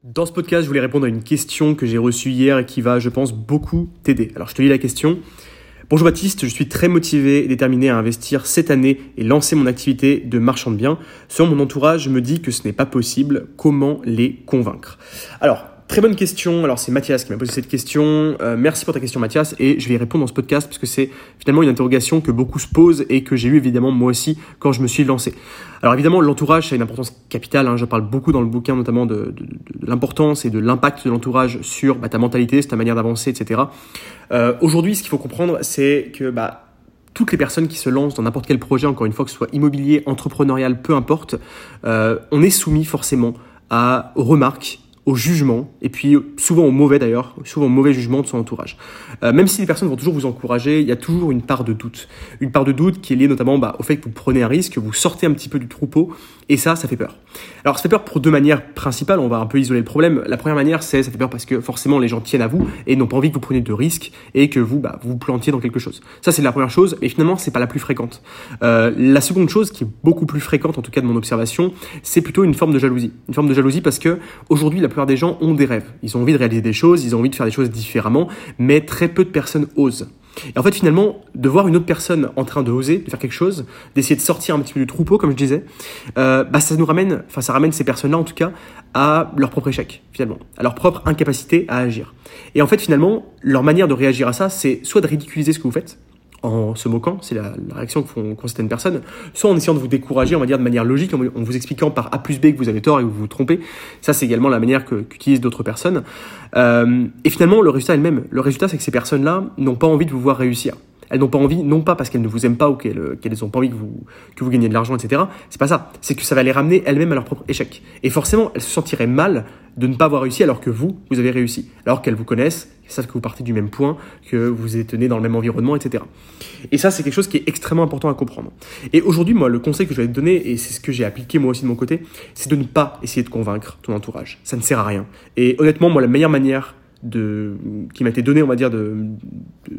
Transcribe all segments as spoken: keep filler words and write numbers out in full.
Dans ce podcast, je voulais répondre à une question que j'ai reçue hier et qui va, je pense, beaucoup t'aider. Alors, je te lis la question. Bonjour Baptiste, je suis très motivé et déterminé à investir cette année et lancer mon activité de marchand de biens. Selon mon entourage, je me dis que ce n'est pas possible. Comment les convaincre ? Alors, très bonne question. Alors, c'est Mathias qui m'a posé cette question. Euh, merci pour ta question, Mathias. Et je vais y répondre dans ce podcast parce que c'est finalement une interrogation que beaucoup se posent et que j'ai eu évidemment moi aussi quand je me suis lancé. Alors évidemment, l'entourage, ça a une importance capitale. Hein. Je parle beaucoup dans le bouquin notamment de, de, de, de l'importance et de l'impact de l'entourage sur bah, ta mentalité, sur ta manière d'avancer, et cetera. Euh, aujourd'hui, ce qu'il faut comprendre, c'est que bah, toutes les personnes qui se lancent dans n'importe quel projet, encore une fois, que ce soit immobilier, entrepreneurial, peu importe, euh, on est soumis forcément à, aux remarques, au jugement, et puis souvent au mauvais d'ailleurs, souvent au mauvais jugement de son entourage. Euh, même si les personnes vont toujours vous encourager, il y a toujours une part de doute. Une part de doute qui est liée notamment bah, au fait que vous prenez un risque, que vous sortez un petit peu du troupeau, et ça, ça fait peur. Alors ça fait peur pour deux manières principales, on va un peu isoler le problème. La première manière, c'est ça fait peur parce que forcément les gens tiennent à vous et n'ont pas envie que vous preniez de risques et que vous bah, vous plantiez dans quelque chose. Ça c'est la première chose, mais finalement c'est pas la plus fréquente. Euh, la seconde chose qui est beaucoup plus fréquente, en tout cas de mon observation, c'est plutôt une forme de jalousie. Une forme de jalousie parce que aujourd'hui la La plupart des gens ont des rêves. Ils ont envie de réaliser des choses, ils ont envie de faire des choses différemment, mais très peu de personnes osent. Et en fait, finalement, de voir une autre personne en train de oser, de faire quelque chose, d'essayer de sortir un petit peu du troupeau, comme je disais, euh, bah ça nous ramène, enfin ça ramène ces personnes-là en tout cas à leur propre échec, finalement, à leur propre incapacité à agir. Et en fait, finalement, leur manière de réagir à ça, c'est soit de ridiculiser ce que vous faites, en se moquant, c'est la, la réaction que font, qu'ont certaines personnes, soit en essayant de vous décourager, on va dire de manière logique, en, en vous expliquant par A plus B que vous avez tort et que vous vous trompez. Ça, c'est également la manière que, qu'utilisent d'autres personnes. Euh, et finalement, le résultat est le même. Le résultat, c'est que ces personnes-là n'ont pas envie de vous voir réussir. Elles n'ont pas envie, non pas parce qu'elles ne vous aiment pas ou qu'elles, qu'elles n'ont pas envie que vous, que vous gagniez de l'argent, et cetera. C'est pas ça. C'est que ça va les ramener elles-mêmes à leur propre échec. Et forcément, elles se sentiraient mal de ne pas avoir réussi alors que vous, vous avez réussi. Alors qu'elles vous connaissent, qu'elles savent que vous partez du même point, que vous êtes né dans le même environnement, et cetera. Et ça, c'est quelque chose qui est extrêmement important à comprendre. Et aujourd'hui, moi, le conseil que je vais te donner, et c'est ce que j'ai appliqué moi aussi de mon côté, c'est de ne pas essayer de convaincre ton entourage. Ça ne sert à rien. Et honnêtement, moi, la meilleure manière de, qui m'a été donnée, on va dire, de, de,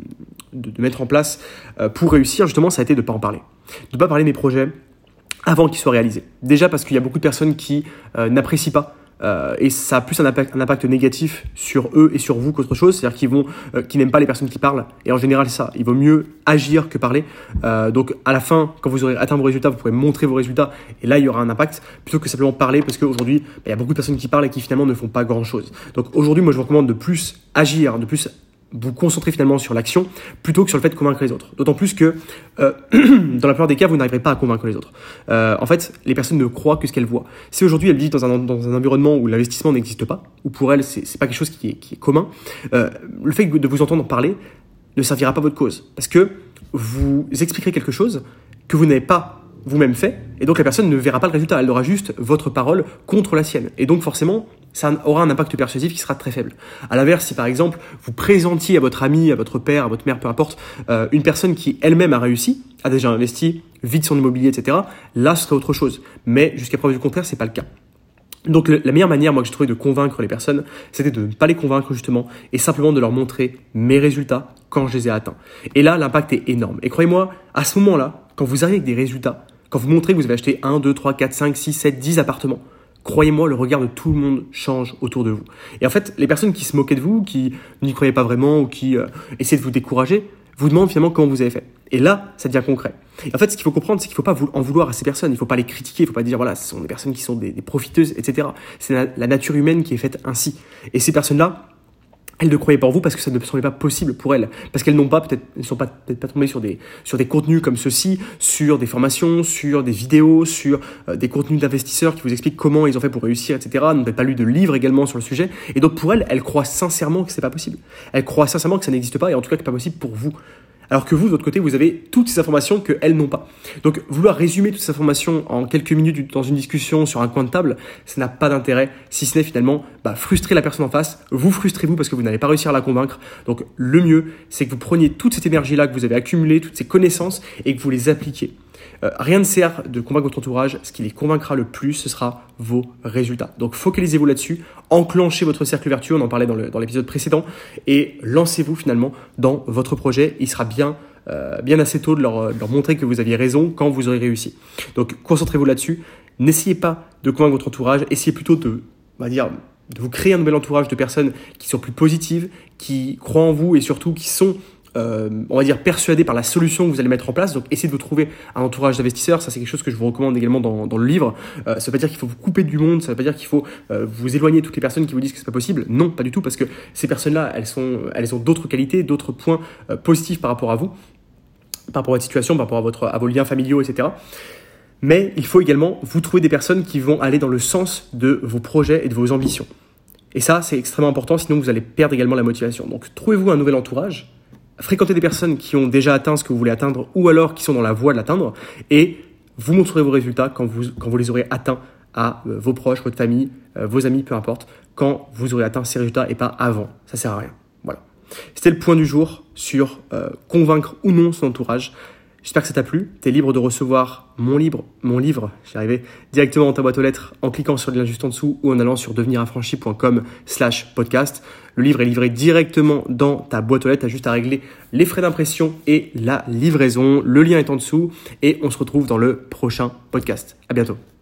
de, de mettre en place euh, pour réussir, justement, ça a été de ne pas en parler. De ne pas parler de mes projets avant qu'ils soient réalisés. Déjà parce qu'il y a beaucoup de personnes qui euh, n'apprécient pas Euh, et ça a plus un impact, un impact négatif sur eux et sur vous qu'autre chose, c'est-à-dire qu'ils vont, euh, qu'ils n'aiment pas les personnes qui parlent. Et en général, c'est ça. Il vaut mieux agir que parler. Euh, donc, à la fin, quand vous aurez atteint vos résultats, vous pourrez montrer vos résultats et là, il y aura un impact plutôt que simplement parler parce qu'aujourd'hui, bah, il y a beaucoup de personnes qui parlent et qui finalement ne font pas grand-chose. Donc, aujourd'hui, moi, je vous recommande de plus agir, de plus vous concentrer finalement sur l'action plutôt que sur le fait de convaincre les autres. D'autant plus que euh, dans la plupart des cas, vous n'arriverez pas à convaincre les autres. Euh, en fait, les personnes ne croient que ce qu'elles voient. Si aujourd'hui elles vivent dans un, dans un environnement où l'investissement n'existe pas, ou pour elles c'est, c'est pas quelque chose qui est, qui est commun, euh, le fait de vous entendre parler ne servira pas votre cause. Parce que vous expliquerez quelque chose que vous n'avez pas vous-même fait, et donc la personne ne verra pas le résultat, elle aura juste votre parole contre la sienne. Et donc forcément, ça aura un impact persuasif qui sera très faible. À l'inverse, si par exemple, vous présentiez à votre ami, à votre père, à votre mère, peu importe, euh, une personne qui elle-même a réussi, a déjà investi, vit de son immobilier, et cetera, là, ce serait autre chose. Mais jusqu'à preuve du contraire, c'est pas le cas. Donc le, la meilleure manière, moi, que je trouvais de convaincre les personnes, c'était de ne pas les convaincre justement, et simplement de leur montrer mes résultats quand je les ai atteints. Et là, l'impact est énorme. Et croyez-moi, à ce moment-là, quand vous arrivez avec des résultats, quand vous montrez que vous avez acheté un, deux, trois, quatre, cinq, six, sept, dix appartements, croyez-moi, le regard de tout le monde change autour de vous. Et en fait, les personnes qui se moquaient de vous, qui n'y croyaient pas vraiment ou qui euh, essayaient de vous décourager, vous demandent finalement comment vous avez fait. Et là, ça devient concret. Et en fait, ce qu'il faut comprendre, c'est qu'il ne faut pas en vouloir à ces personnes. Il ne faut pas les critiquer. Il ne faut pas dire, voilà, ce sont des personnes qui sont des, des profiteuses, et cetera. C'est la, la nature humaine qui est faite ainsi. Et ces personnes-là, elles ne croyaient pas en vous parce que ça ne semblait pas possible pour elles. Parce qu'elles n'ont pas, peut-être, elles ne sont pas, peut-être pas tombées sur des, sur des contenus comme ceux-ci, sur des formations, sur des vidéos, sur euh, des contenus d'investisseurs qui vous expliquent comment ils ont fait pour réussir, et cetera. Elles n'ont peut-être pas lu de livres également sur le sujet. Et donc, pour elles, elles croient sincèrement que c'est pas possible. Elles croient sincèrement que ça n'existe pas et en tout cas que c'est pas possible pour vous. Alors que vous, de votre côté, vous avez toutes ces informations qu'elles n'ont pas. Donc, vouloir résumer toutes ces informations en quelques minutes dans une discussion sur un coin de table, ça n'a pas d'intérêt, si ce n'est finalement bah, frustrer la personne en face, vous frustrez vous parce que vous n'allez pas réussir à la convaincre. Donc, le mieux, c'est que vous preniez toute cette énergie-là que vous avez accumulée, toutes ces connaissances, et que vous les appliquiez. Euh, rien ne sert de convaincre votre entourage. Ce qui les convaincra le plus, ce sera vos résultats. Donc, focalisez-vous là-dessus. Enclenchez votre cercle vertueux. On en parlait dans, le, dans l'épisode précédent. Et lancez-vous finalement dans votre projet. Il sera bien, euh, bien assez tôt de leur, de leur montrer que vous aviez raison quand vous aurez réussi. Donc, concentrez-vous là-dessus. N'essayez pas de convaincre votre entourage. Essayez plutôt de, on va dire, de vous créer un nouvel entourage de personnes qui sont plus positives, qui croient en vous et surtout qui sont Euh, on va dire persuadé par la solution que vous allez mettre en place. Donc essayez de vous trouver un entourage d'investisseurs. Ça c'est quelque chose que je vous recommande également dans, dans le livre. Euh, ça veut pas dire qu'il faut vous couper du monde, ça veut pas dire qu'il faut euh, vous éloigner de toutes les personnes qui vous disent que c'est pas possible. Non, pas du tout, parce que ces personnes-là, elles sont, elles ont d'autres qualités, d'autres points euh, positifs par rapport à vous, par rapport à votre situation, par rapport à, votre, à vos liens familiaux, et cetera. Mais il faut également vous trouver des personnes qui vont aller dans le sens de vos projets et de vos ambitions. Et ça, c'est extrêmement important, sinon vous allez perdre également la motivation. Donc trouvez-vous un nouvel entourage. Fréquentez des personnes qui ont déjà atteint ce que vous voulez atteindre ou alors qui sont dans la voie de l'atteindre et vous montrerez vos résultats quand vous, quand vous les aurez atteints à euh, vos proches, votre famille, euh, vos amis, peu importe, quand vous aurez atteint ces résultats et pas avant. Ça sert à rien. Voilà. C'était le point du jour sur euh, convaincre ou non son entourage. J'espère que ça t'a plu. Tu es libre de recevoir mon livre, mon livre, j'y arrivais, directement dans ta boîte aux lettres en cliquant sur le lien juste en dessous ou en allant sur deveniraffranchi.com slash podcast. Le livre est livré directement dans ta boîte aux lettres. Tu as juste à régler les frais d'impression et la livraison. Le lien est en dessous et on se retrouve dans le prochain podcast. À bientôt.